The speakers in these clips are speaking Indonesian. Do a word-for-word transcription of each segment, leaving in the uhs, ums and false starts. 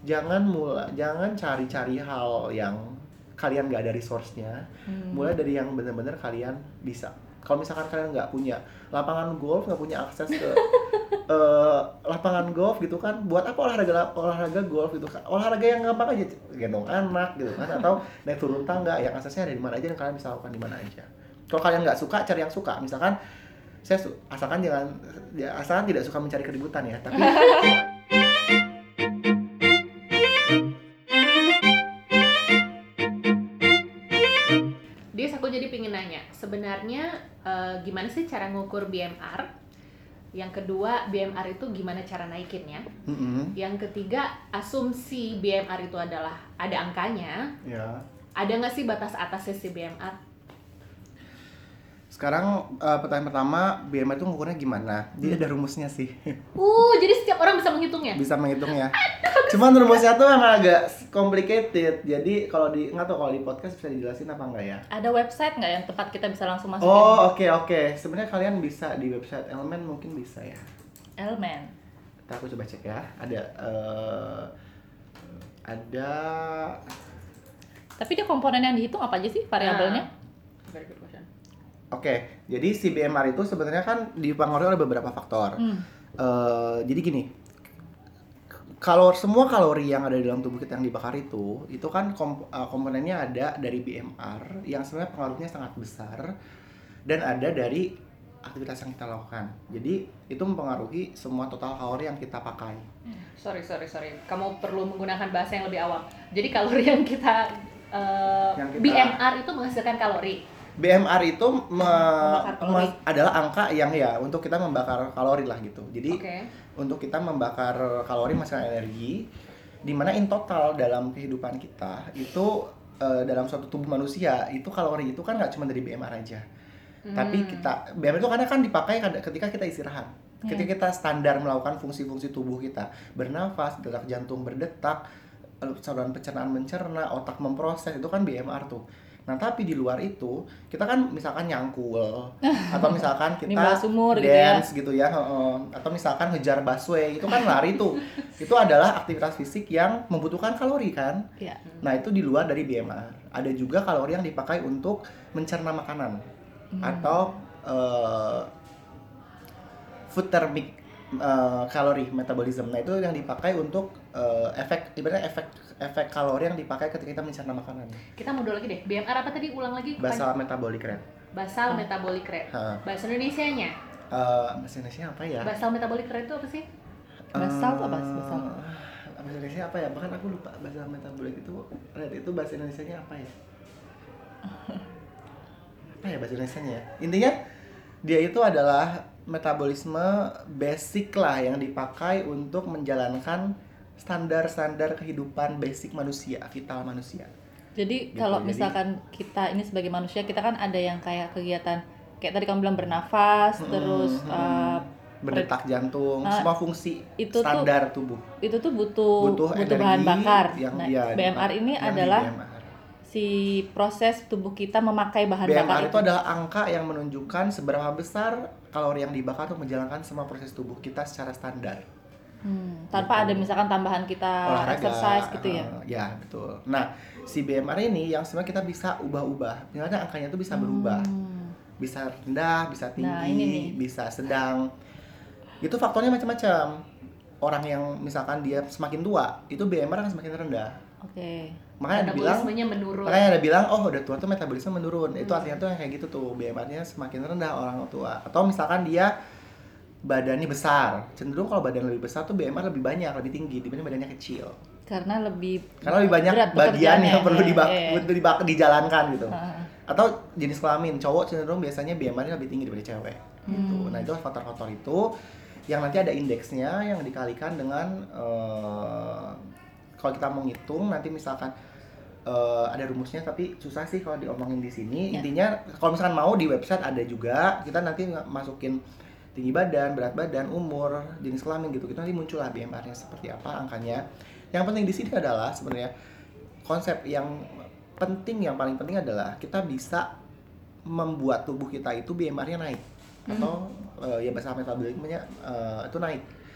jangan mulai jangan cari-cari hal yang kalian nggak ada resource-nya. Hmm. Mulai dari yang benar-benar kalian bisa. Kalau misalkan kalian nggak punya lapangan golf, nggak punya akses ke uh, lapangan golf gitu kan, buat apa olahraga olahraga golf gitu kan? Olahraga yang gampang aja, gendong anak gitu kan, atau naik turun tangga, yang aksesnya ada di mana aja dan kalian bisa lakukan di mana aja. Kalau kalian nggak suka, cari yang suka. Misalkan saya su- asalkan jangan ya, asalkan tidak suka mencari keributan ya, tapi Dis, aku jadi pengen nanya, sebenarnya uh, gimana sih cara ngukur B M R? Yang kedua, B M R itu gimana cara naikinnya? Mm-hmm. Yang ketiga, asumsi B M R itu adalah ada angkanya. Ya. Ada nggak sih batas atasnya si B M R? Sekarang uh, pertanyaan pertama, B M R itu ngukurnya gimana? Dia ada rumusnya sih. Uh, jadi setiap orang bisa menghitungnya? Bisa menghitungnya. Cuman rumusnya tuh memang agak complicated. Jadi kalau di nggak tahu kalau di podcast bisa dijelasin apa enggak ya? Ada website nggak yang tempat kita bisa langsung masukin? Oh, oke okay, oke. Okay. Sebenarnya kalian bisa di website Elemen mungkin bisa ya. Elemen. Ntar aku coba cek ya. Ada uh, ada. Tapi dia komponen yang dihitung apa aja sih variabelnya? Nah, very good question. Oke, okay, jadi si B M R itu sebenarnya kan dipengaruhi oleh beberapa faktor. Hmm. Uh, jadi gini, kalau semua kalori yang ada di dalam tubuh kita yang dibakar itu, itu kan komp- uh, komponennya ada dari B M R yang sebenarnya pengaruhnya sangat besar dan ada dari aktivitas yang kita lakukan. Jadi itu mempengaruhi semua total kalori yang kita pakai. Sorry, sorry, sorry. Kamu perlu menggunakan bahasa yang lebih awam. Jadi kalori yang kita, uh, yang kita B M R itu menghasilkan kalori. B M R itu me- me- adalah angka yang ya untuk kita membakar kalori lah gitu. Jadi okay. Untuk kita membakar kalori menghasilkan energi, di mana in total dalam kehidupan kita itu uh, dalam suatu tubuh manusia itu kalori itu kan nggak cuma dari B M R aja. Hmm. Tapi kita B M R itu karena kan dipakai ketika kita istirahat. Hmm. Ketika kita standar melakukan fungsi-fungsi tubuh kita, bernafas, detak jantung berdetak, saluran pencernaan mencerna, otak memproses, itu kan B M R tuh. Nah tapi di luar itu kita kan misalkan nyangkul atau misalkan kita sumur, dance gitu ya, gitu ya atau misalkan ngejar busway, itu kan lari tuh. Itu adalah aktivitas fisik yang membutuhkan kalori kan. Ya. Nah itu di luar dari B M R. Ada juga kalori yang dipakai untuk mencerna makanan hmm. atau uh, food thermic uh, kalori metabolism. Nah itu yang dipakai untuk uh, efek ibaratnya efek efek kalori yang dipakai ketika kita mencerna makanan. Kita mundur lagi deh. B M R apa tadi? Ulang lagi. Basal metabolic rate. Basal hmm. metabolic rate. Ha. Bahasa Indonesianya? Uh, bahasa Indonesia apa ya? Basal metabolic rate itu apa sih? Basal tuh apa? Basal. Bahasa Indonesia apa ya? Bahkan aku lupa basal metabolic itu rate itu bahasa Indonesianya apa ya? Apa ya bahasa Indonesianya ya? Intinya dia itu adalah metabolisme basic lah yang dipakai untuk menjalankan standar-standar kehidupan basic manusia, vital manusia. Jadi gitu, kalau misalkan jadi, kita ini sebagai manusia, kita kan ada yang kayak kegiatan kayak tadi kamu bilang bernafas, hmm, terus hmm, uh, berdetak jantung, uh, semua fungsi itu standar tuh, tubuh. Itu tuh butuh butuh, butuh bahan bakar. Yang nah, ya, B M R ini adalah B M R. Si proses tubuh kita memakai bahan B M R bakar itu, itu adalah angka yang menunjukkan seberapa besar kalori yang dibakar untuk menjalankan semua proses tubuh kita secara standar. Hmm, tanpa gitu. Ada misalkan tambahan kita olahraga, exercise gitu ya? Uh, ya betul. Nah si B M R ini yang sebenarnya kita bisa ubah-ubah. Misalnya angkanya itu bisa berubah, hmm. bisa rendah, bisa tinggi, nah, ini bisa sedang. Itu faktornya macam-macam. Orang yang misalkan dia semakin tua, itu B M R akan semakin rendah. Oke. Okay. Makanya ada bilang, menurun. Makanya ada bilang, oh udah tua tuh metabolisme menurun. Hmm. Itu artinya tuh yang kayak gitu tuh, B M R-nya semakin rendah orang tua. Atau misalkan dia badannya besar, cenderung kalau badan lebih besar tuh B M R lebih banyak, lebih tinggi dibanding badannya kecil. Karena lebih karena lebih banyak bagian yang perlu dibak- eh. dibak- dijalankan gitu. Uh. Atau jenis kelamin, cowok cenderung biasanya B M R-nya lebih tinggi daripada cewek. Hmm. Gitu. Nah itu faktor-faktor itu yang nanti ada indeksnya yang dikalikan dengan uh, kalau kita mau ngitung nanti misalkan uh, ada rumusnya tapi susah sih kalau diomongin di sini. Yeah. Intinya kalau misalkan mau di website ada juga, kita nanti masukin tinggi badan, berat badan, umur, jenis kelamin gitu. Kita nanti muncullah B M R-nya seperti apa angkanya. Yang penting di sini adalah sebenarnya konsep yang penting, yang paling penting adalah kita bisa membuat tubuh kita itu B M R-nya naik. Hmm. Atau uh, ya basal metabolismenya uh, itu naik.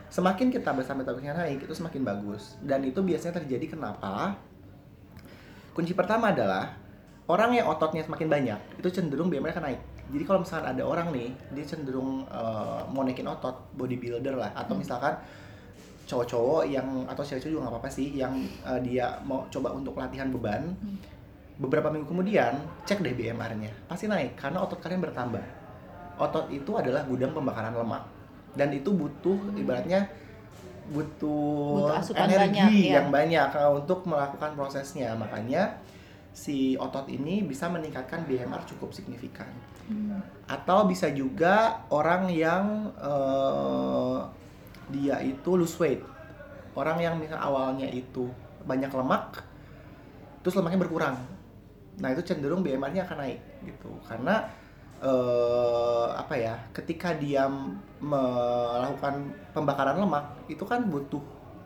Semakin kita bahasa metabolismenya naik, itu semakin bagus. Dan itu biasanya terjadi kenapa? Kunci pertama adalah orang yang ototnya semakin banyak, itu cenderung B M R akan naik. Jadi kalau misalkan ada orang nih, dia cenderung uh, mau naikin otot, bodybuilder lah, atau hmm. misalkan cowok-cowok yang, atau cewek-cewek juga nggak apa-apa sih, yang uh, dia mau coba untuk latihan beban, hmm. beberapa minggu kemudian, cek deh B M R-nya, pasti naik, karena otot kalian bertambah. Otot itu adalah gudang pembakaran lemak, dan itu butuh, ibaratnya, butuh, butuh energi banyak, yang ya. banyak untuk melakukan prosesnya, makanya si otot ini bisa meningkatkan B M R cukup signifikan. Hmm. Atau bisa juga orang yang uh, dia itu lose weight, orang yang misal awalnya itu banyak lemak, terus lemaknya berkurang, nah itu cenderung B M R-nya akan naik gitu, karena uh, apa ya, ketika dia melakukan pembakaran lemak itu kan butuh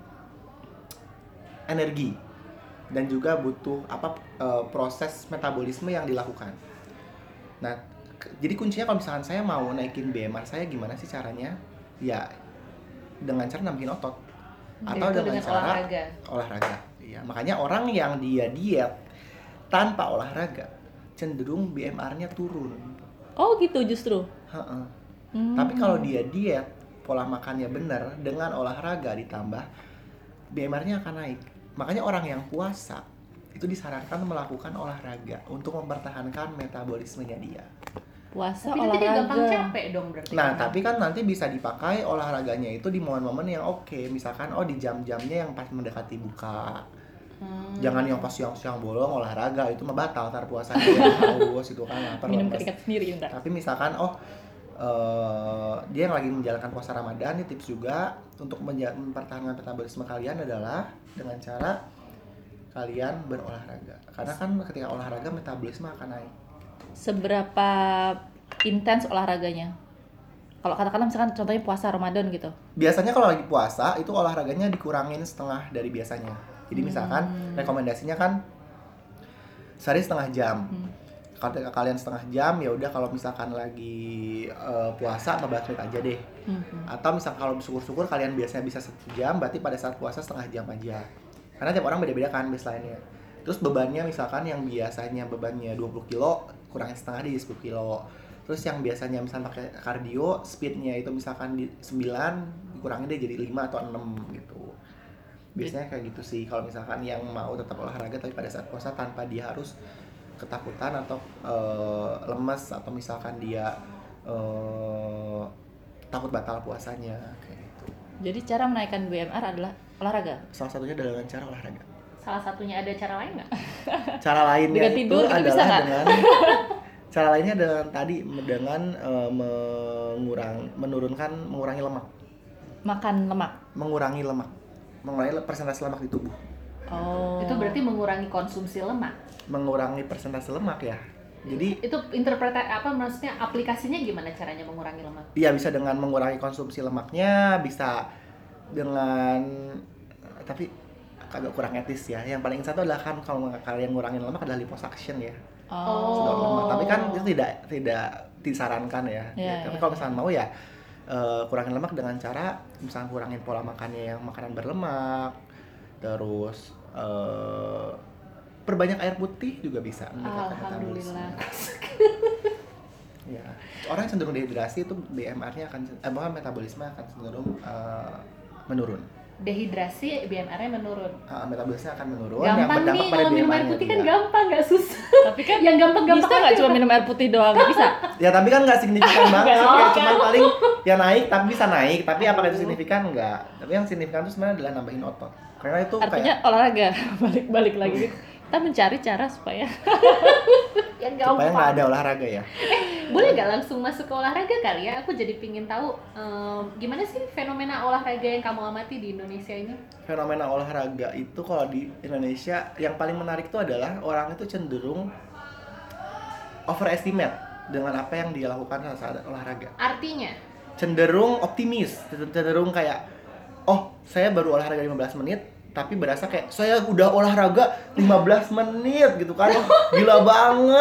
energi dan juga butuh apa uh, proses metabolisme yang dilakukan. Nah, k- jadi kuncinya kalau misalkan saya mau naikin B M R saya, gimana sih caranya? Ya dengan cara nambahin otot atau Yaitu dengan, dengan cara olahraga. Olahraga. Iya, makanya orang yang dia diet tanpa olahraga cenderung B M R-nya turun. Oh gitu justru. Heeh. Hmm. Tapi kalau dia diet, pola makannya benar dengan olahraga ditambah, B M R-nya akan naik. Makanya orang yang puasa itu disarankan melakukan olahraga untuk mempertahankan metabolismenya dia. Puasa, tapi olahraga. Tapi dia gampang capek dong berarti. Nah, kan? Tapi kan nanti bisa dipakai olahraganya itu di momen-momen yang oke. Okay. Misalkan oh di jam-jamnya yang pas mendekati buka. Hmm. Jangan yang pas siang-siang bolong olahraga, itu mah batal tar puasanya yang haus itu kan lapar. Minum keringat sendiri bentar. Tapi misalkan oh Uh, dia yang lagi menjalankan puasa Ramadan, nih tips juga untuk menja- mempertahankan metabolisme kalian adalah dengan cara kalian berolahraga. Karena kan ketika olahraga metabolisme akan naik. Seberapa intens olahraganya? Kalau katakanlah misalkan contohnya puasa Ramadan gitu. Biasanya kalau lagi puasa itu olahraganya dikurangin setengah dari biasanya. Jadi misalkan hmm. rekomendasinya kan sehari setengah jam. Hmm. Ketika kalian setengah jam, ya udah kalau misalkan lagi uh, puasa lima belas menit aja deh. Mm-hmm. Atau misal kalau syukur-syukur kalian biasanya bisa satu jam, berarti pada saat puasa setengah jam aja. Karena tiap orang beda-beda kan baseline-nya. Terus bebannya misalkan yang biasanya bebannya dua puluh kilo, kurangin setengah di sepuluh kilo. Terus yang biasanya misalkan pakai kardio, speed-nya itu misalkan di sembilan, kurangin deh jadi lima atau enam gitu. Biasanya kayak gitu sih kalau misalkan yang mau tetap olahraga tapi pada saat puasa tanpa dia harus ketakutan atau uh, lemes atau misalkan dia uh, takut batal puasanya kayak gitu. Jadi cara menaikkan B M R adalah olahraga. Salah satunya adalah dengan cara olahraga. Salah satunya ada cara lain nggak? Cara lainnya itu tidur, adalah dengan cara lainnya dengan tadi dengan uh, mengurang menurunkan mengurangi lemak. Makan lemak. Mengurangi lemak. Mengurangi persentase lemak di tubuh. Oh. Itu berarti mengurangi konsumsi lemak. Mengurangi persentase lemak ya. Jadi itu interpretasi apa maksudnya aplikasinya gimana caranya mengurangi lemak? Iya, bisa dengan mengurangi konsumsi lemaknya, bisa dengan tapi agak kurang etis ya. Yang paling satu adalah kan kalau kalian ngurangin lemak adalah liposuction ya. Oh. Lemak. Tapi kan itu tidak tidak disarankan ya. Yeah, Tapi yeah, kalau misalnya yeah. mau ya uh, kurangin lemak dengan cara misalnya kurangin pola makannya yang makanan berlemak, terus uh, perbanyak air putih juga bisa meningkatkan metabolisme. Ya, orang yang cenderung dehidrasi itu B M R-nya akan, eh, bahkan metabolisme akan cenderung uh, menurun. Dehidrasi B M R-nya menurun. Uh, metabolisme akan menurun. Gampang yang nih kalau minum air putih kan gampang, nggak susah. Tapi kan yang gampang-gampang bisa nggak cuma minum air putih doang, bisa? Ya tapi kan nggak signifikan banget sih, kayak cuma paling yang naik tapi bisa naik, tapi apakah itu signifikan? Nggak. Tapi yang signifikan itu sebenarnya adalah nambahin otot. Karena itu artinya kayak olahraga, balik-balik lagi. Kita mencari cara supaya yang gampang. Supaya nggak ada olahraga ya. Eh, boleh nggak langsung masuk ke olahraga kali ya? Aku jadi pingin tahu um, gimana sih fenomena olahraga yang kamu amati di Indonesia ini? Fenomena olahraga itu kalau di Indonesia yang paling menarik itu adalah orang itu cenderung overestimate dengan apa yang dia lakukan saat olahraga. Artinya? Cenderung optimis, cenderung kayak, oh saya baru olahraga lima belas menit, tapi berasa kayak saya udah olahraga lima belas menit gitu kan, gila banget.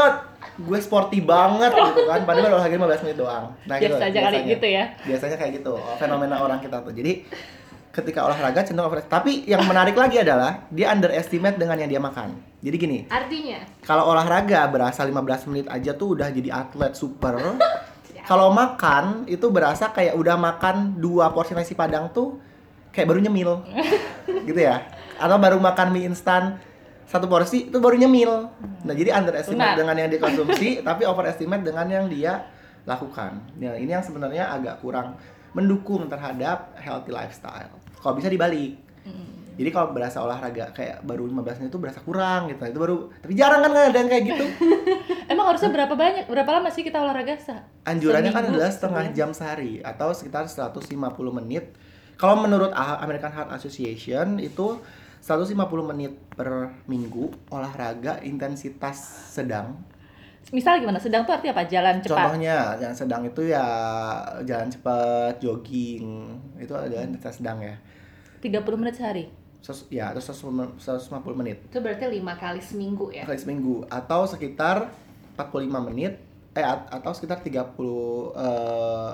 gue sporty banget gitu kan, padahal olahraga lima belas menit doang. Nah, biasa gitu, aja kali gitu ya. Biasanya kayak gitu, fenomena orang kita tuh. Jadi ketika olahraga cenderung over. Tapi yang menarik lagi adalah dia underestimate dengan yang dia makan. Jadi gini. Artinya? Kalau olahraga berasa lima belas menit aja tuh udah jadi atlet super. Kalau makan itu berasa kayak udah makan dua porsi nasi padang tuh kayak baru nyemil. Gitu ya. Atau baru makan mie instan satu porsi itu baru nyemil. Nah, jadi underestimate Benar. dengan yang dikonsumsi tapi overestimate dengan yang dia lakukan. Nah, ini yang sebenarnya agak kurang mendukung terhadap healthy lifestyle. Kalau bisa dibalik. Mm. Jadi kalau berasa olahraga kayak baru lima belas menit itu berasa kurang gitu. Itu baru, tapi jarang kan ada yang kayak gitu. Emang harusnya berapa banyak? Berapa lama sih kita olahraga? Anjurannya kan adalah setengah jam sehari atau sekitar seratus lima puluh menit. Kalau menurut American Heart Association itu seratus lima puluh menit per minggu olahraga intensitas sedang. Misal gimana? Sedang tuh artinya apa? Jalan cepat? Contohnya, yang sedang itu ya jalan cepat, jogging. Itu adalah intensitas sedang ya. tiga puluh menit sehari? Sos, ya, atau seratus lima puluh menit. Itu berarti lima kali seminggu ya? lima kali seminggu. Atau sekitar empat puluh lima menit. Eh, atau sekitar tiga puluh... Uh,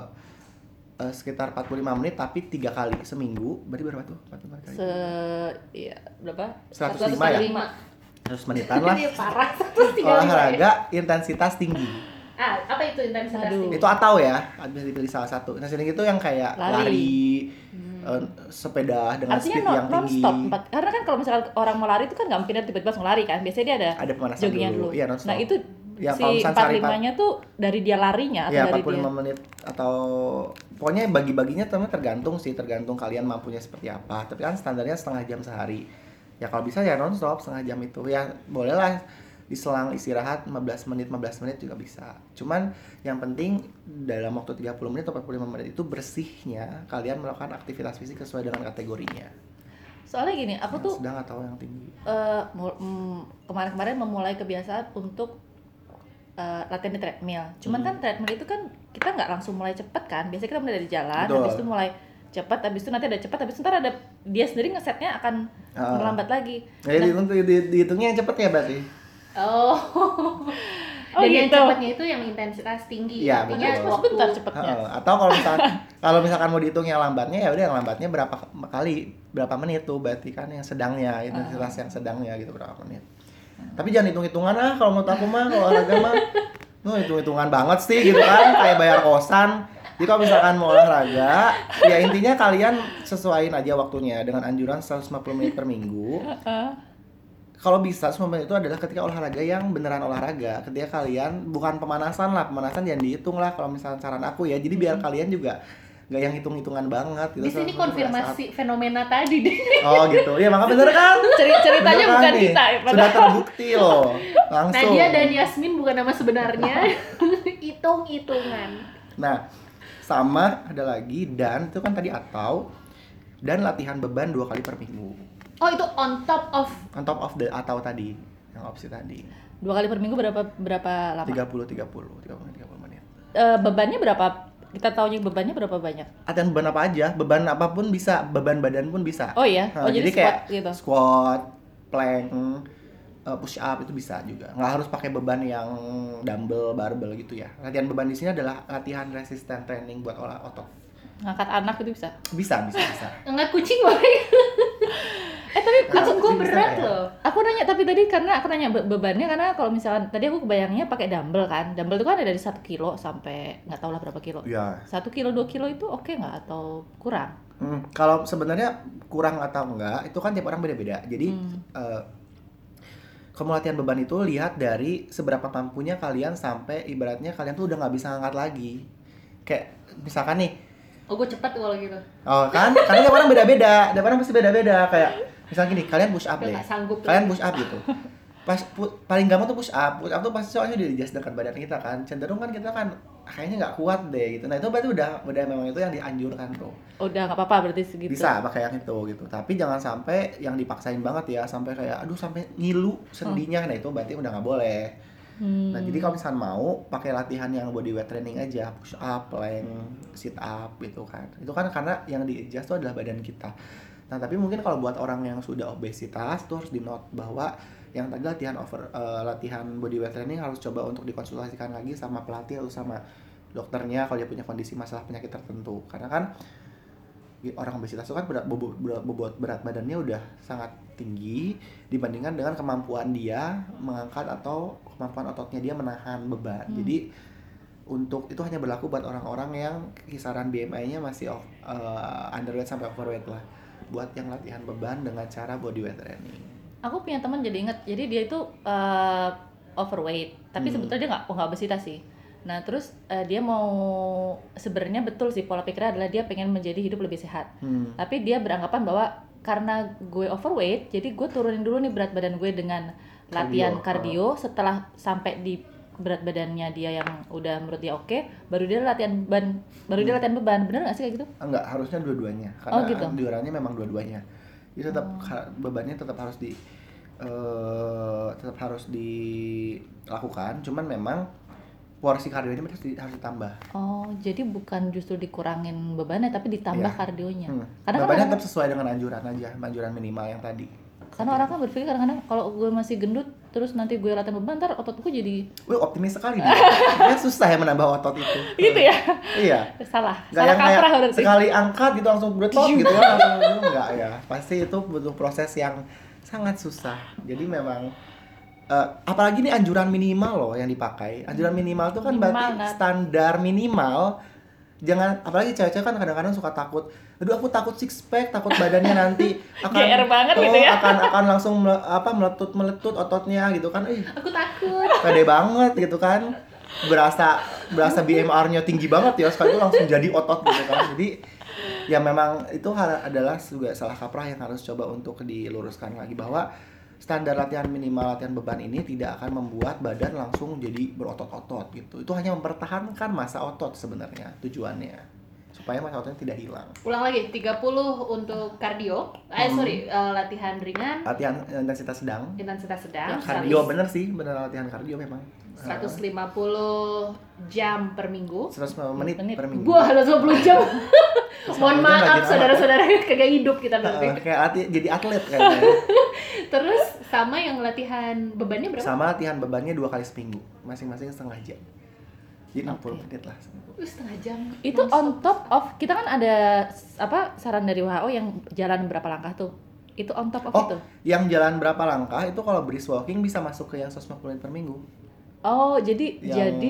uh, sekitar empat puluh lima menit tapi tiga kali seminggu. Berarti berapa tuh? empat puluh lima kali. Se... Iya, berapa? seratus lima ya? seratus menitan lah. Iya, parah. Olahraga intensitas tinggi. Ah, apa itu intensitas tinggi? Itu atau ya, bisa dipilih salah satu. Intensitas tinggi itu yang kayak lari, lari hmm. uh, sepeda dengan Artinya speed non, yang tinggi. Artinya non-stop. Karena kan kalau misalkan orang mau lari itu kan nggak mungkin dia tiba-tiba langsung lari kan. Biasanya dia ada, ada pemanasan joggingnya dulu. dulu. Iya, non-stop. Nah, itu ya, si empat puluh lima-nya tuh dari dia larinya atau ya, dari empat puluh lima dia... menit atau pokoknya bagi-baginya teman tergantung sih, tergantung kalian mampunya seperti apa. Tapi kan standarnya setengah jam sehari. Ya kalau bisa ya non-stop setengah jam itu. Ya bolehlah diselang istirahat lima belas menit, lima belas menit juga bisa. Cuman yang penting dalam waktu tiga puluh menit atau empat puluh lima menit itu bersihnya kalian melakukan aktivitas fisik sesuai dengan kategorinya. Soalnya gini, aku yang tuh sedang atau yang tinggi. Uh, mm, kemarin-kemarin memulai kebiasaan untuk uh, latihan di treadmill. Cuman hmm. kan treadmill itu kan kita nggak langsung mulai cepet kan. Biasanya kita mulai dari jalan, Betul. habis itu mulai cepat, habis itu nanti ada cepat, habis itu ntar ada dia sendiri ngesetnya akan uh. melambat lagi. Nah, dihitung, dihitungnya yang cepet ya berarti. Oh. Oh, dan gitu. yang cepatnya itu yang intensitas tinggi. Ya, artinya sebentar cepatnya. Uh, atau kalau misalkan kalau misalkan mau dihitung yang lambatnya ya udah yang lambatnya berapa kali, berapa menit tuh berarti kan yang sedangnya, intensitas uh. yang sedangnya gitu berapa menit. Uh. Tapi jangan hitung-hitungan ah kalau menurut aku mah kalau olahraga mah. Tuh hitung-hitungan banget sih gitu kan, kayak bayar kosan. Jadi kalau misalkan mau olahraga, ya intinya kalian sesuaiin aja waktunya dengan anjuran seratus lima puluh menit per minggu. Uh. Kalau bisa, semua itu adalah ketika olahraga yang beneran olahraga. Ketika kalian bukan pemanasan lah, pemanasan jangan dihitung lah kalau misalnya saran aku ya. Jadi biar hmm. kalian juga nggak yang hitung-hitungan banget. Gitu. Di sini konfirmasi saat... fenomena tadi deh. Oh gitu, ya maka bener kan? Cer- ceritanya bener bukan kan kita. Ya, sudah terbukti loh, langsung. Nadia dan Yasmin bukan nama sebenarnya, hitung-hitungan. Nah, sama ada lagi dan itu kan tadi atau dan latihan beban dua kali per minggu. Oh itu on top of on top of the atau tadi yang opsi tadi. Dua kali per minggu berapa berapa lama? tiga puluh tiga puluh tiga puluh tiga puluh menit. Uh, bebannya berapa? Kita taunya bebannya berapa banyak? Latihan beban apa aja, beban apapun bisa, beban badan pun bisa. Oh iya. Oh, nah, jadi, jadi squat kayak gitu. Squat, plank, push up itu bisa juga. Nggak harus pakai beban yang dumbbell, barbell gitu ya. Latihan beban di sini adalah latihan resistance training buat olah otot. Ngangkat anak itu bisa? Bisa, bisa, bisa. Ngangkat kucing boleh. Eh tapi kucing gue berat loh. Aku nanya tapi tadi karena aku nanya be- bebannya karena kalau misalkan tadi aku kebayangnya pakai dumbbell kan. Dumbbell itu kan ada dari satu kilo sampai nggak tahu lah berapa kilo. Iya. Satu kilo dua kilo itu oke okay nggak atau kurang? Hmm, kalau sebenarnya kurang atau enggak itu kan tiap orang beda-beda. Jadi hmm. uh, kamu latihan beban itu lihat dari seberapa mampunya kalian sampai ibaratnya kalian tuh udah nggak bisa ngangkat lagi. Kayak misalkan nih. Oh gue cepat kalau gitu. Oh kan? Karena tiap orang beda-beda. Tiap orang pasti beda-beda. Kayak misalnya gini, kalian push up deh. Kalian push up gitu. Pas pu- paling gampang tuh push up. Push up tuh pasti soalnya di adjust dekat badan kita kan. Cenderung kan kita kan kayaknya nggak kuat deh gitu. Nah itu berarti udah udah memang itu yang dianjurkan tuh. Udah nggak apa-apa berarti segitu. Bisa pakai yang itu gitu. Tapi jangan sampai yang dipaksain banget ya. Sampai kayak aduh sampai ngilu sendinya. Hmm. Nah itu berarti udah nggak boleh. Hmm. Nah jadi kalau misalnya mau pakai latihan yang body weight training aja, push up, plank, sit up gitu kan. Itu kan karena yang di adjust tuh adalah badan kita. Nah tapi mungkin kalau buat orang yang sudah obesitas tuh harus di note bahwa yang tadi latihan over uh, latihan body weight training harus coba untuk dikonsultasikan lagi sama pelatih atau sama dokternya kalau dia punya kondisi masalah penyakit tertentu. Karena kan orang obesitas itu kan berat, bobot, bobot berat badannya udah sangat tinggi dibandingkan dengan kemampuan dia mengangkat atau kemampuan ototnya dia menahan beban. Hmm. Jadi untuk itu hanya berlaku buat orang-orang yang kisaran B M I-nya masih uh, underweight sampai overweight lah. Buat yang latihan beban dengan cara body weight training. Aku punya teman jadi inget, jadi dia itu uh, overweight, tapi hmm. sebetulnya dia nggak nggak obesitas sih. Nah terus uh, dia mau sebenarnya betul sih pola pikirnya adalah dia pengen menjadi hidup lebih sehat. Hmm. Tapi dia beranggapan bahwa karena gue overweight, jadi gue turunin dulu nih berat badan gue dengan latihan kardio. Setelah sampai di berat badannya dia yang udah menurut dia oke, okay, baru dia latihan beban, baru hmm. dia latihan beban. Bener nggak sih kayak gitu? Enggak, harusnya dua-duanya. Karena oh, gitu? anjurannya memang dua-duanya. Jadi tetap oh. bebannya tetap harus di uh, tetap harus dilakukan. Cuman memang porsi kardionya harus, di, harus ditambah. Oh, jadi bukan justru dikurangin bebannya, tapi ditambah yeah. kardionya. Hmm. Karena bebannya kan tetap sesuai dengan anjuran aja, anjuran minimal yang tadi. Karena orang kan berpikir kadang-kadang kalau gue masih gendut, terus nanti gue latihan beban, ntar ototku jadi... Wih, optimis sekali dia. Dia susah ya menambah otot itu. Gitu ya? Iya. Salah. Gak Salah yang kaprah kayak sekali angkat gitu langsung berotot gitu kan. Enggak ya. Pasti itu butuh proses yang sangat susah. Jadi memang... Uh, apalagi ini anjuran minimal loh yang dipakai. Anjuran minimal itu kan minimal, berarti nah. standar minimal. Jangan, apalagi cewek-cewek kan kadang-kadang suka takut. Aduh aku takut six pack, takut badannya nanti akan G R banget oh, gitu ya. akan akan langsung mele, apa meletot-meletot ototnya gitu kan. Ih, aku takut. Pede banget gitu kan. Berasa berasa B M R-nya tinggi banget ya, sekali itu langsung jadi otot gitu kan. Jadi ya memang itu adalah juga salah kaprah yang harus coba untuk diluruskan lagi bahwa standar latihan minimal latihan beban ini tidak akan membuat badan langsung jadi berotot-otot gitu. Itu hanya mempertahankan massa otot sebenarnya tujuannya. Supaya massa ototnya tidak hilang. Ulang lagi, tiga puluh untuk kardio. Eh hmm. sorry, uh, latihan ringan. Latihan intensitas sedang. Intensitas sedang. Ya, kardio bener sih, bener latihan kardio memang. seratus lima puluh jam per minggu. seratus lima puluh menit, menit per minggu. Wah, seratus lima puluh jam. Mohon maaf saudara-saudara, kagak hidup kita berarti. Uh, kayak ati, jadi atlet kayaknya. Terus sama yang latihan bebannya berapa? Sama latihan bebannya dua kali seminggu, masing-masing setengah jam. Jadi enam puluh menit lah seminggu. Uh, setengah jam. Itu on top of, kita kan ada apa saran dari W H O yang jalan berapa langkah tuh? Itu on top of oh, itu? Yang jalan berapa langkah itu kalau brisk walking bisa masuk ke yang seratus lima puluh menit per minggu. Oh, jadi yang, jadi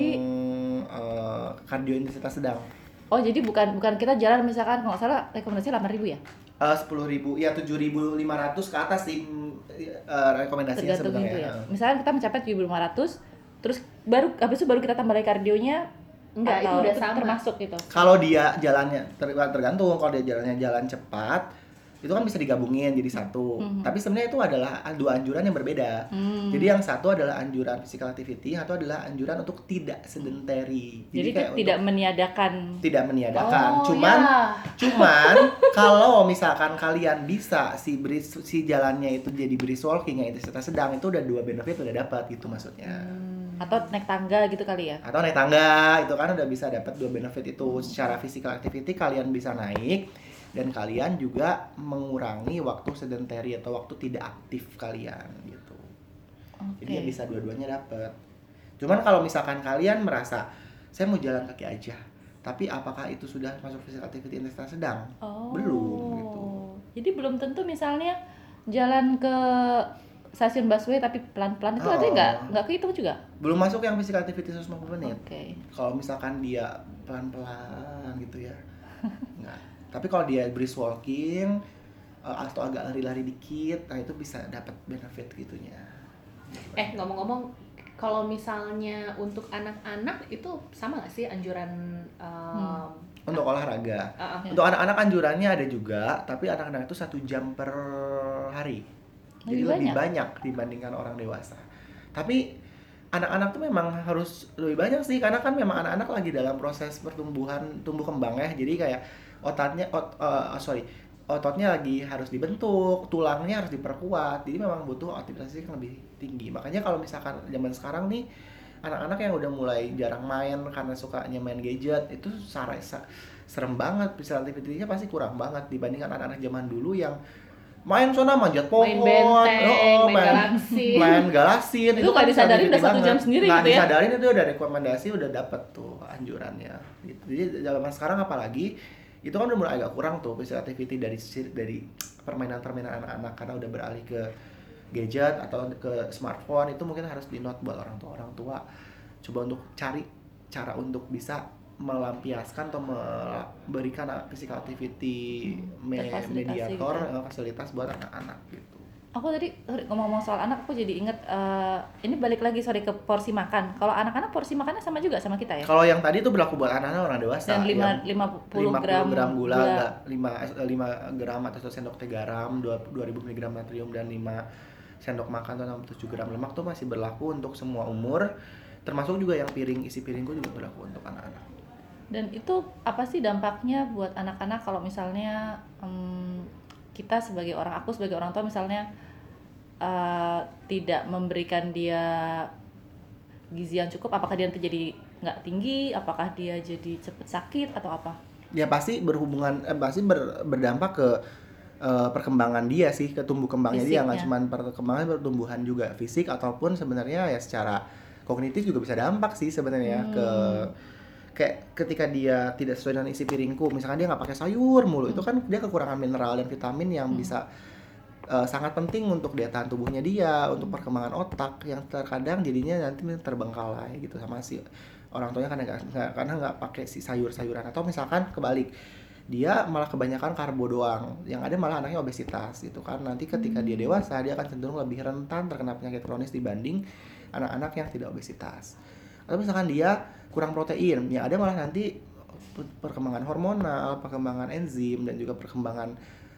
uh, kardio intensitas sedang. Oh, jadi bukan bukan kita jalan misalkan kalau nggak salah rekomendasi delapan ribu ya? Uh, sepuluh ribu, ya tujuh ribu lima ratus ke atas sih uh, rekomendasinya sebenarnya. Gitu ya. Misalkan kita mencapai tujuh ribu lima ratus, terus baru habis itu baru kita tambah lagi kardionya. Enggak, itu udah sama. Termasuk gitu. Kalau dia jalannya tergantung, kalau dia jalannya jalan cepat, itu kan bisa digabungin jadi satu. Mm-hmm. Tapi sebenarnya itu adalah dua anjuran yang berbeda. Mm. Jadi yang satu adalah anjuran physical activity, atau adalah anjuran untuk tidak sedentary. Jadi, jadi kayak tidak meniadakan. Tidak meniadakan. Oh, cuman, ya. cuman kalau misalkan kalian bisa si brisk, si jalannya itu jadi brisk walking yang intensitas sedang, itu udah dua benefit udah dapat gitu maksudnya. Hmm. Atau naik tangga gitu kali ya? Atau naik tangga itu kan udah bisa dapat dua benefit itu. Secara physical activity kalian bisa naik. Dan kalian juga mengurangi waktu sedentary atau waktu tidak aktif kalian gitu. Okay. Jadi ya bisa dua-duanya dapat. Cuman kalau misalkan kalian merasa saya mau jalan kaki aja, tapi apakah itu sudah masuk physical activity intensitas sedang? Oh. Belum gitu. Jadi belum tentu misalnya jalan ke stasiun busway tapi pelan-pelan itu oh. ada nggak nggak kehitung juga? Belum masuk yang physical activity seratus lima puluh menit. Oke. Okay. Kalau misalkan dia pelan-pelan gitu ya, nggak. Tapi kalau dia brisk walking uh, atau agak lari-lari dikit, nah itu bisa dapat benefit gitunya. Eh ngomong-ngomong, kalau misalnya untuk anak-anak itu sama nggak sih anjuran? Um, hmm. Untuk olahraga. Uh-uh. Untuk anak-anak anjurannya ada juga, tapi anak-anak itu satu jam per hari. Jadi lebih, lebih banyak dibandingkan orang dewasa. Tapi anak-anak tuh memang harus lebih banyak sih, karena kan memang anak-anak lagi dalam proses pertumbuhan, tumbuh kembang ya. Jadi kayak ototnya ot, uh, sorry ototnya lagi harus dibentuk, tulangnya harus diperkuat, jadi memang butuh aktivitas yang lebih tinggi. Makanya kalau misalkan zaman sekarang nih anak-anak yang udah mulai jarang main karena sukanya main gadget itu saresa serem banget, physical activity-nya pasti kurang banget dibandingkan anak-anak zaman dulu yang main sana manjat pohon, main benteng, oh, main, main galaksin, main galaksin itu nggak disadarin udah satu jam sendiri nggak gitu ya? Disadarin itu udah rekomendasi udah dapet tuh anjurannya. Gitu. Jadi zaman sekarang apalagi itu kan udah mulai agak kurang tuh physical activity dari dari permainan-permainan anak-anak karena udah beralih ke gadget atau ke smartphone. Itu mungkin harus di note buat orang tua orang tua coba untuk cari cara untuk bisa melampiaskan atau memberikan physical activity hmm, me- mediator gitu. Fasilitas buat anak-anak gitu. Aku tadi sorry, ngomong-ngomong soal anak, aku jadi inget uh, ini balik lagi sorry ke porsi makan. Kalau anak-anak porsi makannya sama juga sama kita ya? Kalau yang tadi itu berlaku buat anak-anak orang dewasa. Dan lima puluh gram, gram gula, gula. lima, lima gram atau satu sendok teh garam, dua ribu miligram natrium dan lima sendok makan atau enam puluh tujuh gram lemak tuh masih berlaku untuk semua umur. Termasuk juga yang piring isi piringku juga berlaku untuk anak-anak. Dan itu apa sih dampaknya buat anak-anak kalau misalnya um, kita sebagai orang, aku sebagai orang tua misalnya uh, tidak memberikan dia gizi yang cukup, apakah dia nanti jadi nggak tinggi, apakah dia jadi cepet sakit atau apa? Ya pasti berhubungan, eh, pasti ber, berdampak ke uh, perkembangan dia sih, ke tumbuh kembangnya Fisiknya. Dia, nggak cuma perkembangan pertumbuhan juga fisik ataupun sebenarnya ya secara kognitif juga bisa dampak sih sebenarnya hmm. ke kayak ketika dia tidak sesuai dengan isi piringku, misalkan dia nggak pakai sayur mulu, hmm. itu kan dia kekurangan mineral dan vitamin yang hmm. bisa uh, sangat penting untuk daya tahan tubuhnya dia, untuk perkembangan otak yang terkadang jadinya nanti terbengkalai gitu sama si orang tuanya karena nggak karena nggak pakai si sayur-sayuran, atau misalkan kebalik dia malah kebanyakan karbo doang, yang ada malah anaknya obesitas gitu kan. Nanti ketika dia dewasa dia akan cenderung lebih rentan terkena penyakit kronis dibanding anak-anak yang tidak obesitas. Atau misalkan dia kurang protein, yang ada malah nanti perkembangan hormonal, perkembangan enzim dan juga perkembangan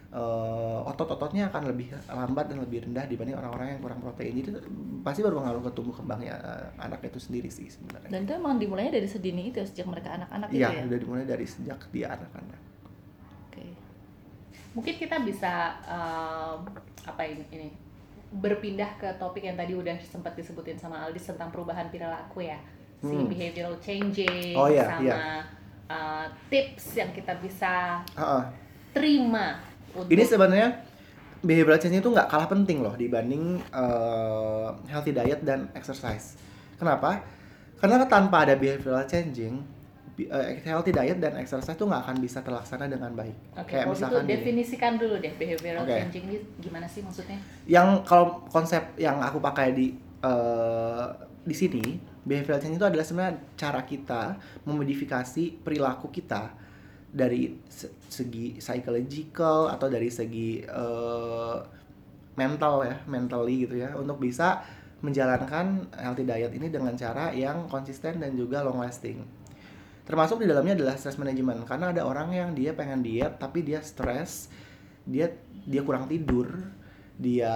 uh, otot-ototnya akan lebih lambat dan lebih rendah dibanding orang-orang yang kurang protein. Jadi pasti berpengaruh ke tumbuh kembangnya uh, anak itu sendiri sih sebenarnya. Dan itu emang dimulainya dari sedini itu sejak mereka anak-anak itu ya? Iya, udah dimulai dari sejak dia anak-anak. Oke. Mungkin kita bisa uh, apa ini, ini berpindah ke topik yang tadi udah sempat disebutin sama Aldis tentang perubahan perilaku ya. Si hmm. behavioral changing oh, iya, sama iya. Uh, tips yang kita bisa uh-uh. terima untuk ini sebenarnya behavioral changing itu nggak kalah penting loh dibanding uh, healthy diet dan exercise. Kenapa? Karena tanpa ada behavioral changing, uh, healthy diet dan exercise tuh nggak akan bisa terlaksana dengan baik. Oke, kalau itu definisikan dulu deh behavioral okay. changing ini gimana sih maksudnya? Yang kalau konsep yang aku pakai di uh, di sini, behavioral change itu adalah sebenarnya cara kita memodifikasi perilaku kita dari segi psychological atau dari segi uh, mental ya, mentally gitu ya, untuk bisa menjalankan healthy diet ini dengan cara yang konsisten dan juga long lasting. Termasuk di dalamnya adalah stress management, karena ada orang yang dia pengen diet tapi dia stres, dia dia kurang tidur, dia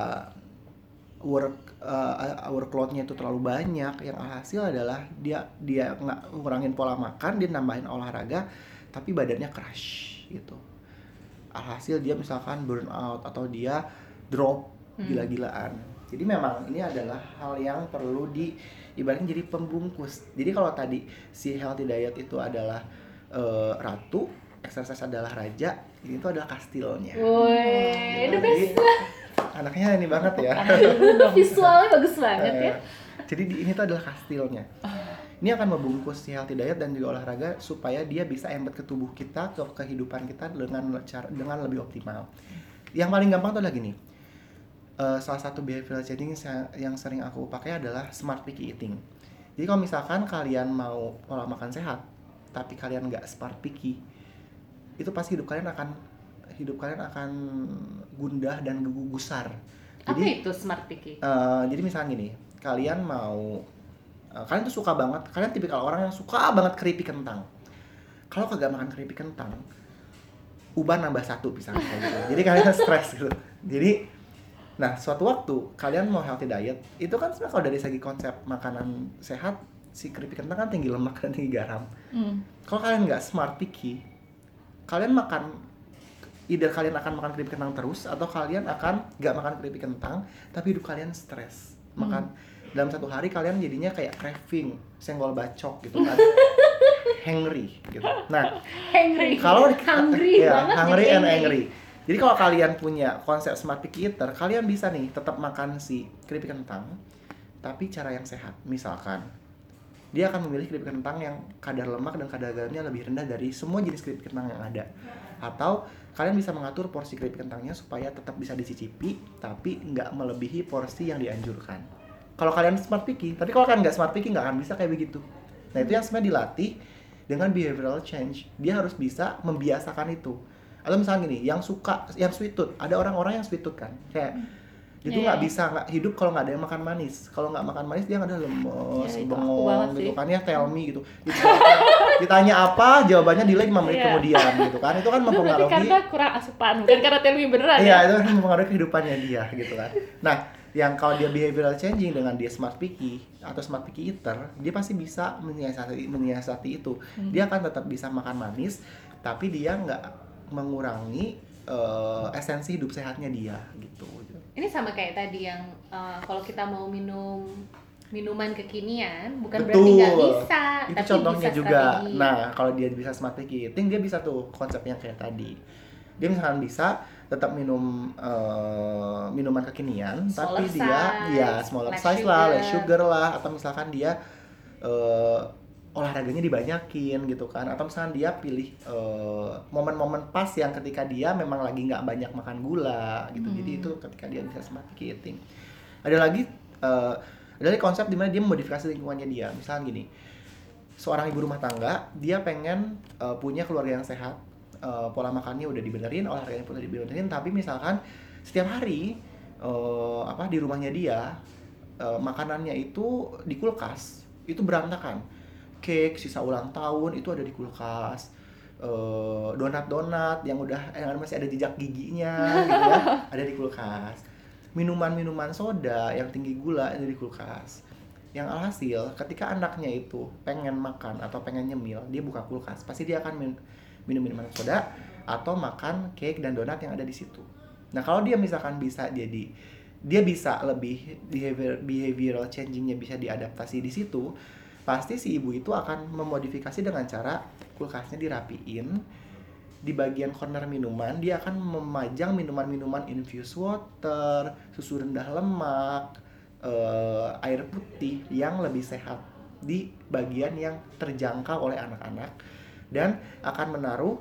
work uh, workload-nya itu terlalu banyak, yang hasil adalah dia dia nggak ngurangin pola makan, dia nambahin olahraga tapi badannya crash gitu. Alhasil dia misalkan burn out atau dia drop hmm. gila-gilaan. Jadi memang ini adalah hal yang perlu di ibaratnya jadi pembungkus. Jadi kalau tadi si healthy diet itu adalah uh, ratu, exercise adalah raja, ini itu adalah kastilnya. Woi, itu best. Anaknya ini banget ya. Visualnya bagus banget ya. Jadi ini tuh adalah kastilnya. Ini akan membungkus si healthy diet dan juga olahraga supaya dia bisa embed ke tubuh kita, ke kehidupan kita dengan cara dengan lebih optimal. Yang paling gampang tuh adalah gini. Uh, salah satu behavioral changing yang sering aku pakai adalah smart picky eating. Jadi kalau misalkan kalian mau pola makan sehat, tapi kalian nggak smart picky, itu pasti hidup kalian akan hidup kalian akan gundah dan gusar. Jadi, apa itu smart picky? Uh, jadi misalnya gini, kalian mau, uh, kalian tuh suka banget, kalian tipikal orang yang suka banget keripik kentang. Kalau kagak makan keripik kentang, uban nambah satu misalnya gitu. Jadi kalian stres gitu. Jadi, nah suatu waktu kalian mau healthy diet, itu kan sebenarnya kalau dari segi konsep makanan sehat, si keripik kentang kan tinggi lemak dan tinggi garam. Hmm. Kalau kalian nggak smart picky, kalian makan either kalian akan makan keripik kentang terus atau kalian akan nggak makan keripik kentang tapi hidup kalian stres, makan hmm. dalam satu hari kalian jadinya kayak craving, senggol bacok gitu kan. Hangry gitu. Nah, hangry. Kalau hungry ya, banget hungry jadi and angry. Jadi kalau kalian punya konsep smart picky eater, kalian bisa nih tetap makan si keripik kentang, tapi cara yang sehat. Misalkan, dia akan memilih keripik kentang yang kadar lemak dan kadar garamnya lebih rendah dari semua jenis keripik kentang yang ada. Atau kalian bisa mengatur porsi keripik kentangnya supaya tetap bisa dicicipi, tapi nggak melebihi porsi yang dianjurkan. Kalau kalian smart picky, tapi kalau kalian nggak smart picky nggak akan bisa kayak begitu. Nah itu yang sebenarnya dilatih dengan behavioral change. Dia harus bisa membiasakan itu. Atau misalnya gini, yang suka, yang sweet tooth, ada orang-orang yang sweet tooth kan, kayak dia tuh nggak Yeah. bisa nggak hidup kalau nggak ada yang makan manis. Kalau nggak makan manis dia nggak ada lemes, Yeah, itu aku bengong banget gitu sih. kan ya, tell me gitu. Ditanya, ditanya apa, jawabannya delay lima menit Yeah. kemudian gitu kan. Itu kan Itu berarti mempengaruhi. karena kurang asupan, bukan karena telmi beneran Iya, ya? itu kan mempengaruhi kehidupannya dia gitu kan. Nah, yang kalau dia behavioral changing dengan dia smart picky atau smart picky eater, dia pasti bisa menyiasati menyiasati itu. Hmm. Dia akan tetap bisa makan manis, tapi dia nggak mengurangi uh, esensi hidup sehatnya dia gitu. Ini sama kayak tadi yang uh, kalau kita mau minum minuman kekinian, bukan Betul. berarti nggak bisa, itu tapi contohnya bisa juga. strategi. Nah, kalau dia bisa smart picky eating, dia bisa tuh konsepnya kayak tadi. Dia misalkan bisa tetap minum uh, minuman kekinian, Smaller tapi dia size, ya smaller less size lah, sugar. less sugar lah, atau misalkan dia uh, olahraganya dibanyakin gitu kan, atau misalkan dia pilih uh, momen-momen pas yang ketika dia memang lagi nggak banyak makan gula gitu. Hmm. Jadi itu ketika dia bisa smart picky eating. Ada lagi uh, ada lagi konsep dimana dia memodifikasi lingkungannya dia. Misalnya gini, seorang ibu rumah tangga, dia pengen uh, punya keluarga yang sehat, uh, pola makannya udah dibenerin, olahraganya pun udah dibenerin, tapi misalkan setiap hari uh, apa di rumahnya dia uh, makanannya itu di kulkas itu berantakan. Cake sisa ulang tahun itu ada di kulkas, uh, donat-donat yang udah yang masih ada jejak giginya gitu ya, ada di kulkas. Minuman-minuman soda yang tinggi gula ada di kulkas. Yang alhasil ketika anaknya itu pengen makan atau pengen nyemil, dia buka kulkas, pasti dia akan min- minum minuman soda atau makan cake dan donat yang ada di situ. Nah, kalau dia misalkan bisa jadi dia bisa lebih behavior behavioral changing-nya bisa diadaptasi di situ, pasti si ibu itu akan memodifikasi dengan cara kulkasnya dirapiin. Di bagian corner minuman, dia akan memajang minuman-minuman infused water, susu rendah lemak, uh, air putih yang lebih sehat di bagian yang terjangkau oleh anak-anak, dan akan menaruh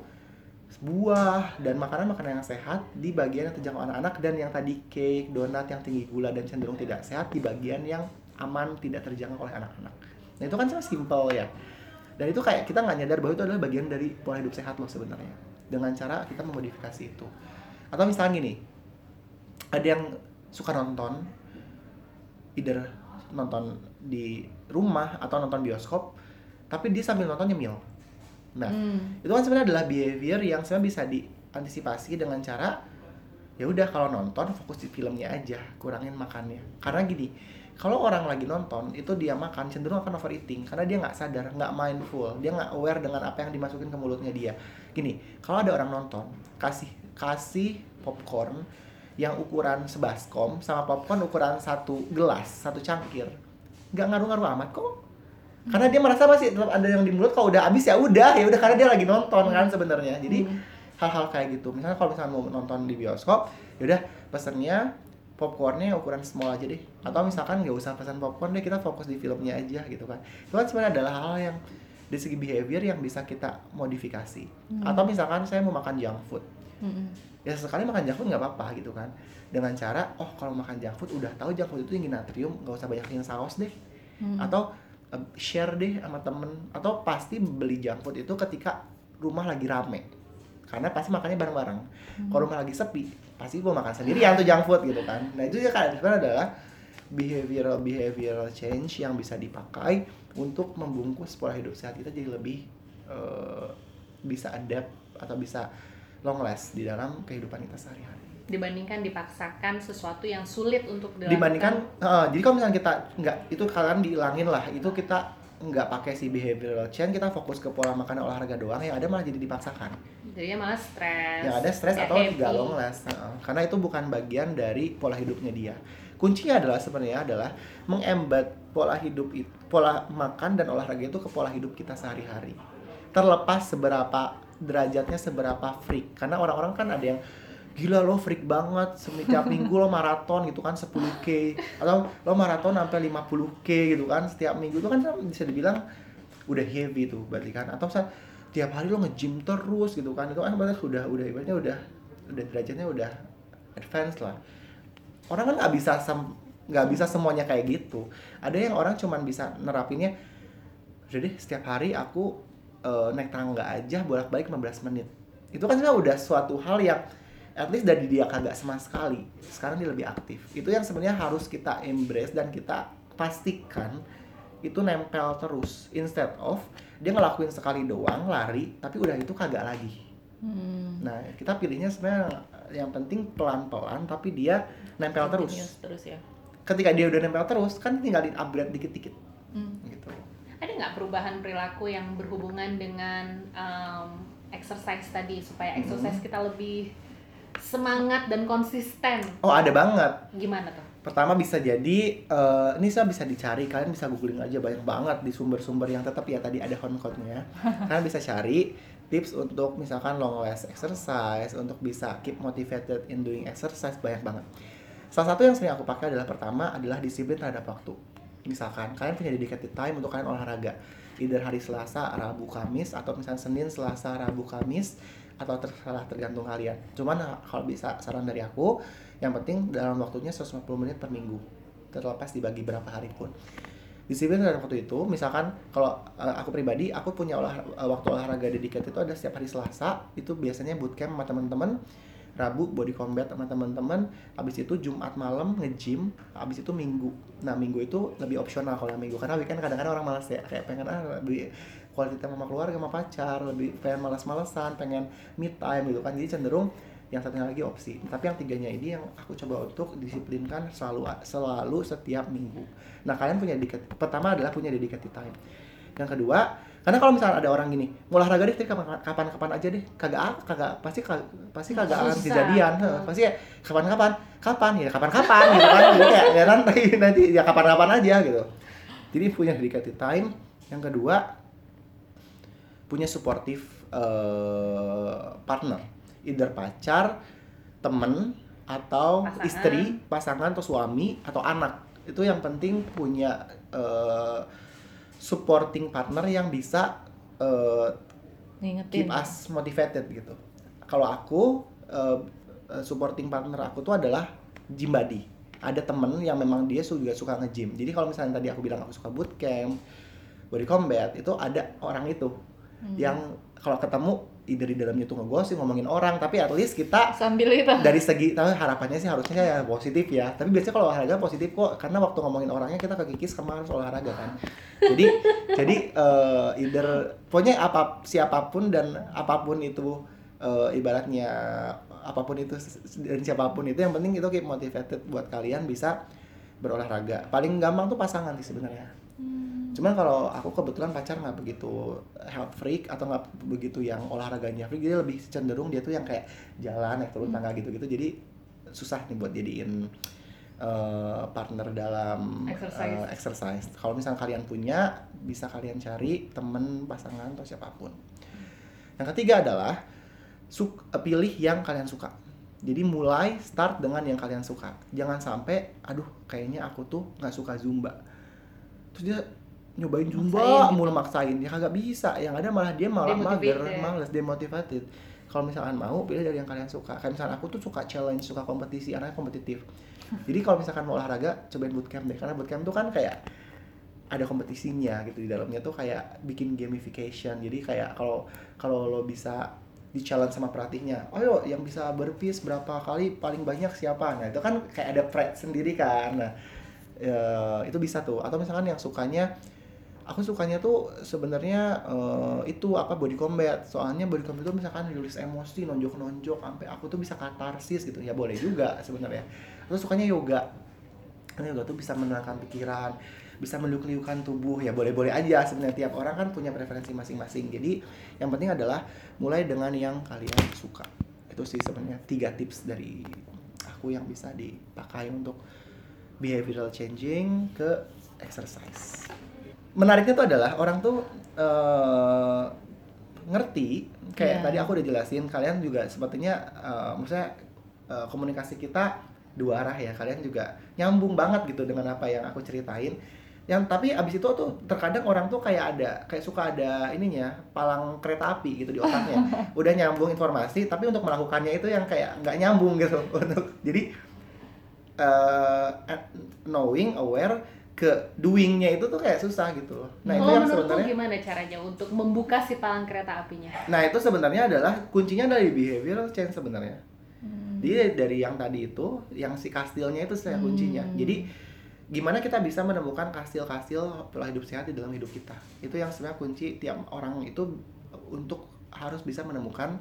buah dan makanan-makanan yang sehat di bagian yang terjangkau anak-anak, dan yang tadi cake, donat yang tinggi gula dan cenderung tidak sehat di bagian yang aman, tidak terjangkau oleh anak-anak. Nah itu kan sangat simple ya, dan itu kayak kita nggak nyadar bahwa itu adalah bagian dari pola hidup sehat loh sebenarnya, dengan cara kita memodifikasi itu. Atau misalnya gini, ada yang suka nonton, either nonton di rumah atau nonton bioskop, tapi dia sambil nonton nyemil. Nah, hmm. itu kan sebenarnya adalah behavior yang sebenarnya bisa diantisipasi dengan cara ya udah kalau nonton fokus di filmnya aja, kurangin makannya. Karena gini, kalau orang lagi nonton itu dia makan cenderung akan overeating karena dia nggak sadar, nggak mindful, dia nggak aware dengan apa yang dimasukin ke mulutnya dia. Gini, kalau ada orang nonton kasih kasih popcorn yang ukuran sebaskom sama popcorn ukuran satu gelas, satu cangkir, nggak ngaruh-ngaruh amat kok. Karena dia merasa masih tetap ada yang di mulut, kalau udah habis ya udah, ya udah karena dia lagi nonton kan sebenarnya. Jadi hmm. hal-hal kayak gitu. Misalnya kalau misalnya mau nonton di bioskop, ya udah pesennya popcornnya ukuran small aja deh. Atau misalkan nggak usah pesan popcorn deh, kita fokus di filmnya aja gitu kan. Itu kan sebenarnya adalah hal yang dari segi behavior yang bisa kita modifikasi. Hmm. Atau misalkan saya mau makan junk food. Hmm. Ya sekali makan junk food nggak apa-apa gitu kan. Dengan cara, oh kalau makan junk food udah tahu junk food itu tinggi natrium, nggak usah banyakin saus deh. Hmm. Atau share deh sama temen, atau pasti beli junk food itu ketika rumah lagi rame, karena pasti makannya bareng-bareng. Hmm. Kalau rumah lagi sepi, pasti gue makan sendirian tuh junk food gitu kan. Nah itu ya kan sebenarnya adalah behavioral behavioral change yang bisa dipakai untuk membungkus pola hidup sehat kita jadi lebih uh, bisa adapt atau bisa long last di dalam kehidupan kita sehari-hari. Dibandingkan dipaksakan sesuatu yang sulit untuk dilakukan. Dibandingkan, uh, jadi kalau misalnya kita nggak, itu kalian dihilangin lah, itu kita nggak pakai si behavioral change, kita fokus ke pola makan dan olahraga doang, yang ada malah jadi dipaksakan. Jadinya malah stres. Yang ada stres atau nggak long last. Uh, karena itu bukan bagian dari pola hidupnya dia. Kuncinya adalah sebenarnya adalah mengembed pola hidup itu, pola makan dan olahraga itu ke pola hidup kita sehari-hari. Terlepas seberapa derajatnya, seberapa freak. Karena orang-orang kan ada yang gila lo freak banget, setiap minggu lo maraton gitu kan sepuluh kilometer, atau lo maraton sampai lima puluh kilometer gitu kan setiap minggu, itu kan bisa dibilang udah heavy tuh berarti kan. Atau misal tiap hari lo nge-gym terus gitu kan, itu kan berarti udah udah ibaratnya udah udah derajatnya udah advance lah. Orang kan nggak bisa nggak bisa semuanya kayak gitu. Ada yang orang cuman bisa nerapinnya, udah deh setiap hari aku uh, naik tangga aja bolak-balik lima belas menit. Itu kan sebenarnya udah suatu hal yang at least dari dia kagak sama sekali, sekarang dia lebih aktif. Itu yang sebenarnya harus kita embrace dan kita pastikan itu nempel terus, instead of dia ngelakuin sekali doang lari tapi udah itu kagak lagi. hmm. Nah kita pilihnya sebenarnya yang penting pelan-pelan tapi dia nempel terus. terus ya. Ketika dia udah nempel terus kan tinggal di upgrade dikit-dikit. hmm. Gitu. Ada nggak perubahan perilaku yang berhubungan dengan um, exercise tadi supaya exercise hmm. kita lebih semangat dan konsisten? Oh ada banget. Gimana tuh? Pertama bisa jadi, uh, ini saya bisa dicari, kalian bisa googling aja banyak banget di sumber-sumber yang tetap ya tadi ada honeycode-nya. Kalian bisa cari tips untuk misalkan long last exercise, untuk bisa keep motivated in doing exercise, banyak banget. Salah satu yang sering aku pakai adalah pertama adalah disiplin terhadap waktu. Misalkan kalian punya dedicated time untuk kalian olahraga, either hari Selasa, Rabu, Kamis, atau misalnya Senin, Selasa, Rabu, Kamis, atau terserah tergantung kalian. Cuman kalau bisa saran dari aku, yang penting dalam waktunya seratus lima puluh menit per minggu, terlepas dibagi berapa hari pun. Disiplin dalam waktu itu, misalkan kalau uh, aku pribadi, aku punya olah, uh, waktu olahraga dedicated itu ada setiap hari Selasa, itu biasanya bootcamp sama teman-teman, Rabu body combat sama teman-teman, habis itu Jumat malam nge-gym, habis itu Minggu. Nah Minggu itu lebih opsional kalau Minggu, karena weekend kadang-kadang orang malas ya, kayak pengen ah lebih quality time sama keluarga, sama pacar, lebih pengen malas-malasan, pengen me time gitu kan. Jadi cenderung yang satunya lagi opsi. Tapi yang tiganya ini yang aku coba untuk disiplinkan selalu selalu setiap minggu. Nah kalian punya dedicated, pertama adalah punya dedicated time. Yang kedua, karena kalau misalnya ada orang gini, mau olahraga deh, kapan-kapan aja deh, kagak kagak pasti kagak, pasti kagak akan kejadian, hmm. pasti ya kapan-kapan, kapan ya kapan-kapan gitu kan, jadi kayak ya nanti nanti ya kapan-kapan aja gitu. Jadi punya dedicated time. Yang kedua, punya supportive uh, partner, either pacar, temen, atau pasangan. Istri, pasangan atau suami atau anak. Itu yang penting punya uh, supporting partner yang bisa uh, keep us motivated gitu. Kalau aku uh, supporting partner aku tuh adalah gym buddy. Ada temen yang memang dia juga suka nge-gym. Jadi kalau misalnya tadi aku bilang aku suka bootcamp, body combat, itu ada orang itu hmm. yang kalau ketemu dari dalamnya tuh ngegosip, ngomongin orang, tapi at least kita sambil itu dari segi tahu harapannya sih harusnya ya positif ya. Tapi biasanya kalau olahraga positif kok, karena waktu ngomongin orangnya kita kekikis sama harus olahraga kan. Jadi jadi uh, either pokoknya apa siapapun dan apapun itu uh, ibaratnya apapun itu dan siapapun itu, yang penting itu keep motivated buat kalian bisa berolahraga. Paling gampang tuh pasangan sih sebenarnya. Hmm. Cuman kalau aku kebetulan pacar nggak begitu health freak atau nggak begitu yang olahraganya freak, dia lebih cenderung dia tuh yang kayak jalan naik turun tangga gitu-gitu, jadi susah nih buat jadiin uh, partner dalam exercise. Uh, exercise. Kalau misalnya kalian punya, bisa kalian cari temen, pasangan atau siapapun. Yang ketiga adalah suk- pilih yang kalian suka. Jadi mulai start dengan yang kalian suka. Jangan sampai, aduh kayaknya aku tuh nggak suka Zumba. Terus dia nyobain Zumba, mulu maksain, dia kagak bisa. Yang ada malah dia malah mager, ya. Males, demotivated. Kalau misalkan mau, pilih dari yang kalian suka. Kayak misalkan aku tuh suka challenge, suka kompetisi, anaknya kompetitif. Jadi kalau misalkan mau olahraga, cobain bootcamp deh. Karena bootcamp tuh kan kayak ada kompetisinya gitu di dalamnya tuh, kayak bikin gamification. Jadi kayak kalau kalau lo bisa di challenge sama pelatihnya, oh yo yang bisa burpees berapa kali paling banyak siapa? Nah itu kan kayak ada pride sendiri kan. Nah e, itu bisa tuh. Atau misalkan yang sukanya, aku sukanya tuh sebenarnya uh, itu apa body combat. Soalnya body combat itu misalkan rilis emosi, nonjok-nonjok sampai aku tuh bisa katarsis gitu. Ya boleh juga sebenarnya. Terus sukanya yoga. Karena yoga tuh bisa menenangkan pikiran, bisa meliuk-liukan tubuh, ya boleh-boleh aja sebenarnya, tiap orang kan punya preferensi masing-masing. Jadi yang penting adalah mulai dengan yang kalian suka. Itu sih sebenarnya tiga tips dari aku yang bisa dipakai untuk behavioral changing ke exercise. Menariknya tuh adalah orang tuh uh, ngerti, kayak yeah. tadi aku udah jelasin, kalian juga sepertinya uh, maksudnya uh, komunikasi kita dua arah ya, kalian juga nyambung banget gitu dengan apa yang aku ceritain. Yang tapi abis itu tuh terkadang orang tuh kayak ada kayak suka ada ininya palang kereta api gitu di otaknya. Udah nyambung informasi tapi untuk melakukannya itu yang kayak nggak nyambung gitu. Untuk jadi uh, knowing, aware ke doing-nya itu tuh kayak susah gitu loh. Nah, oh, itu yang sebenarnya gimana caranya untuk membuka si palang kereta apinya? Nah, itu sebenarnya adalah kuncinya dari behavioral change sebenarnya. Hmm. Jadi dari yang tadi itu, yang si kastilnya itu saya kuncinya. Hmm. Jadi gimana kita bisa menemukan kastil-kastil pola hidup sehat di dalam hidup kita. Itu yang sebenarnya kunci tiap orang itu untuk harus bisa menemukan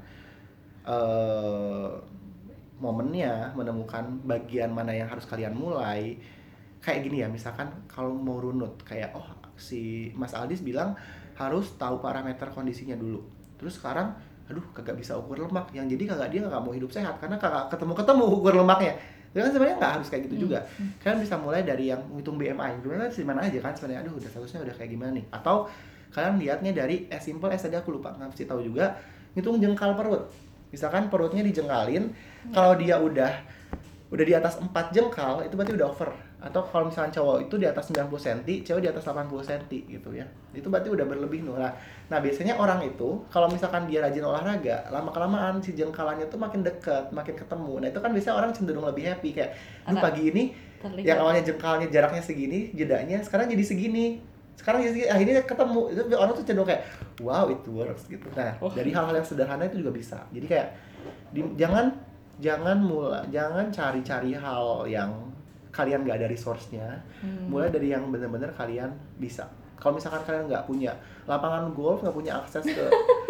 uh, momennya, menemukan bagian mana yang harus kalian mulai. Kayak gini ya, misalkan kalau mau runut, kayak oh si Mas Aldis bilang harus tahu parameter kondisinya dulu. Terus sekarang, aduh kagak bisa ukur lemak, yang jadi kagak dia kagak mau hidup sehat karena kagak ketemu-ketemu ukur lemaknya. Itu kan sebenarnya nggak harus kayak gitu hmm. juga. Kalian bisa mulai dari yang menghitung B M I, sebenarnya di mana aja kan sebenarnya, aduh udah statusnya udah kayak gimana nih. Atau kalian lihatnya dari as simple as tadi aku lupa ngasih tahu juga, ngitung jengkal perut. Misalkan perutnya dijengkalin, hmm. kalau dia udah udah di atas empat jengkal, itu berarti udah over. Atau kalau misalnya cowok itu di atas sembilan puluh sentimeter, cewek di atas delapan puluh sentimeter gitu ya. Itu berarti udah berlebih nah. Nah, biasanya orang itu kalau misalkan dia rajin olahraga, lama-kelamaan si jengkalannya tuh makin dekat, makin ketemu. Nah, itu kan biasanya orang cenderung lebih happy kayak, "Duh, pagi ini terlihat. Yang awalnya jengkalnya jaraknya segini, jedanya sekarang jadi segini." Sekarang jadi segini, akhirnya ketemu. Itu orang tuh cenderung kayak, "Wow, it works." gitu. Nah, oh. dari hal-hal yang sederhana itu juga bisa. Jadi kayak di, jangan jangan mulai jangan cari-cari hal yang kalian nggak ada resource-nya, hmm. mulai dari yang benar-benar kalian bisa. Kalau misalkan kalian nggak punya lapangan golf, nggak punya akses ke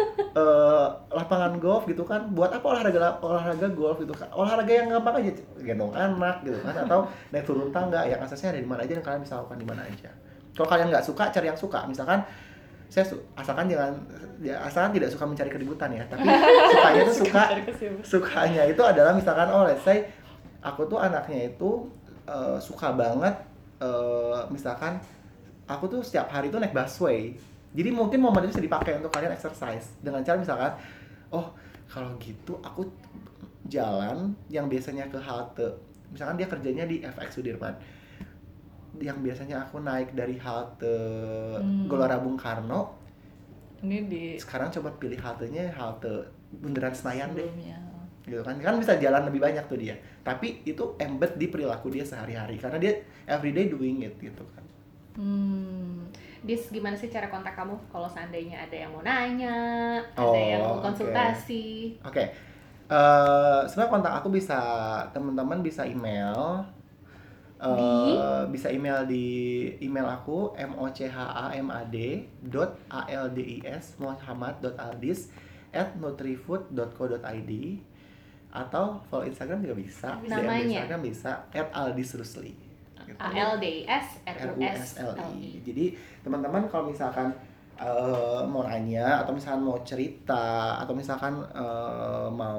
uh, lapangan golf gitu kan, buat apa olahraga olahraga golf gitu kan? Olahraga yang gampang aja, gendong anak gitu kan, atau naik turun tangga, yang aksesnya ada di mana aja dan kalian bisa lakukan di mana aja. Kalau kalian nggak suka, cari yang suka. Misalkan saya su- asalkan jangan ya, asalkan tidak suka mencari keributan ya, tapi sukanya itu suka sukanya itu adalah misalkan oh let's say aku tuh anaknya itu Uh, suka banget uh, misalkan aku tuh setiap hari tuh naik busway, jadi mungkin momen itu bisa dipakai untuk kalian exercise dengan cara misalkan oh kalau gitu aku jalan yang biasanya ke halte, misalkan dia kerjanya di F X Sudirman, yang biasanya aku naik dari halte hmm. Gelora Bung Karno, ini di sekarang coba pilih haltenya halte Bundaran Senayan deh gitu kan, kan bisa jalan lebih banyak tuh dia, tapi itu embed di perilaku dia sehari-hari karena dia everyday doing it gitu kan. Hmm, Dis, gimana sih cara kontak kamu kalau seandainya ada yang mau nanya, oh, ada yang mau konsultasi? Oke, okay. okay. uh, sebenarnya kontak aku bisa, teman-teman bisa email, uh, di? bisa email di email aku m o c h a m a d dot a l d i s muhammad dot aldis at nutrifood dot co dot i d, atau follow Instagram juga bisa. Namanya? D M Instagram bisa at aldis rusli. Gitu. A L D I S R U S L I. Jadi teman-teman kalau misalkan uh, mau nanya atau misalkan mau cerita atau misalkan uh, mau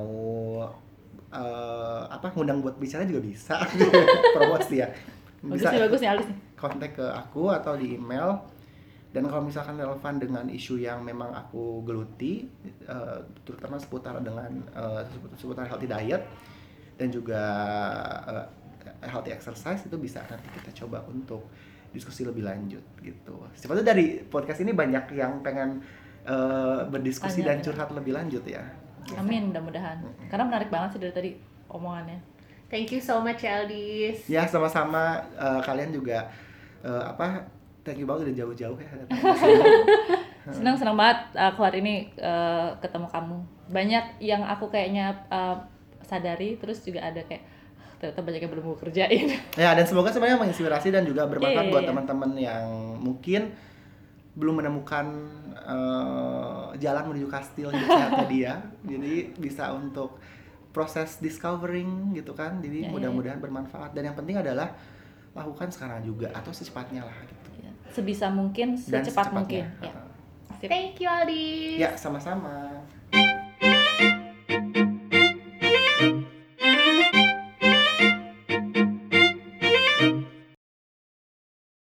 uh, apa ngundang buat bicara juga bisa. Promosi ya. Bisa bagus nih, bagus nih Aldis. Kontak ke aku atau di email. Dan kalau misalkan relevan dengan isu yang memang aku geluti, uh, terutama seputar dengan uh, seputar healthy diet dan juga uh, healthy exercise, itu bisa nanti kita coba untuk diskusi lebih lanjut gitu. Sepertinya dari podcast ini banyak yang pengen uh, berdiskusi banyak, dan curhat ya. Lebih lanjut ya. Amin, mudah-mudahan. Mm-hmm. Karena menarik banget sih dari tadi omongannya. Thank you so much Aldis. Ya, sama-sama. Uh, kalian juga uh, apa? Thank you banget udah jauh-jauh ya. Senang-senang banget aku hari ini uh, ketemu kamu. Banyak yang aku kayaknya uh, sadari, terus juga ada kayak ternyata banyak yang belum mau kerjain. Ya, dan semoga sebenarnya menginspirasi dan juga bermanfaat yeah, buat yeah. teman-teman yang mungkin belum menemukan uh, jalan menuju kastil hidup sehatnya dia. Jadi bisa untuk proses discovering gitu kan. Jadi yeah, mudah-mudahan yeah. bermanfaat, dan yang penting adalah lakukan sekarang juga atau secepatnya lah gitu. Yeah. sebisa mungkin, secepat mungkin. Ya. Thank you Aldi. Ya, sama-sama.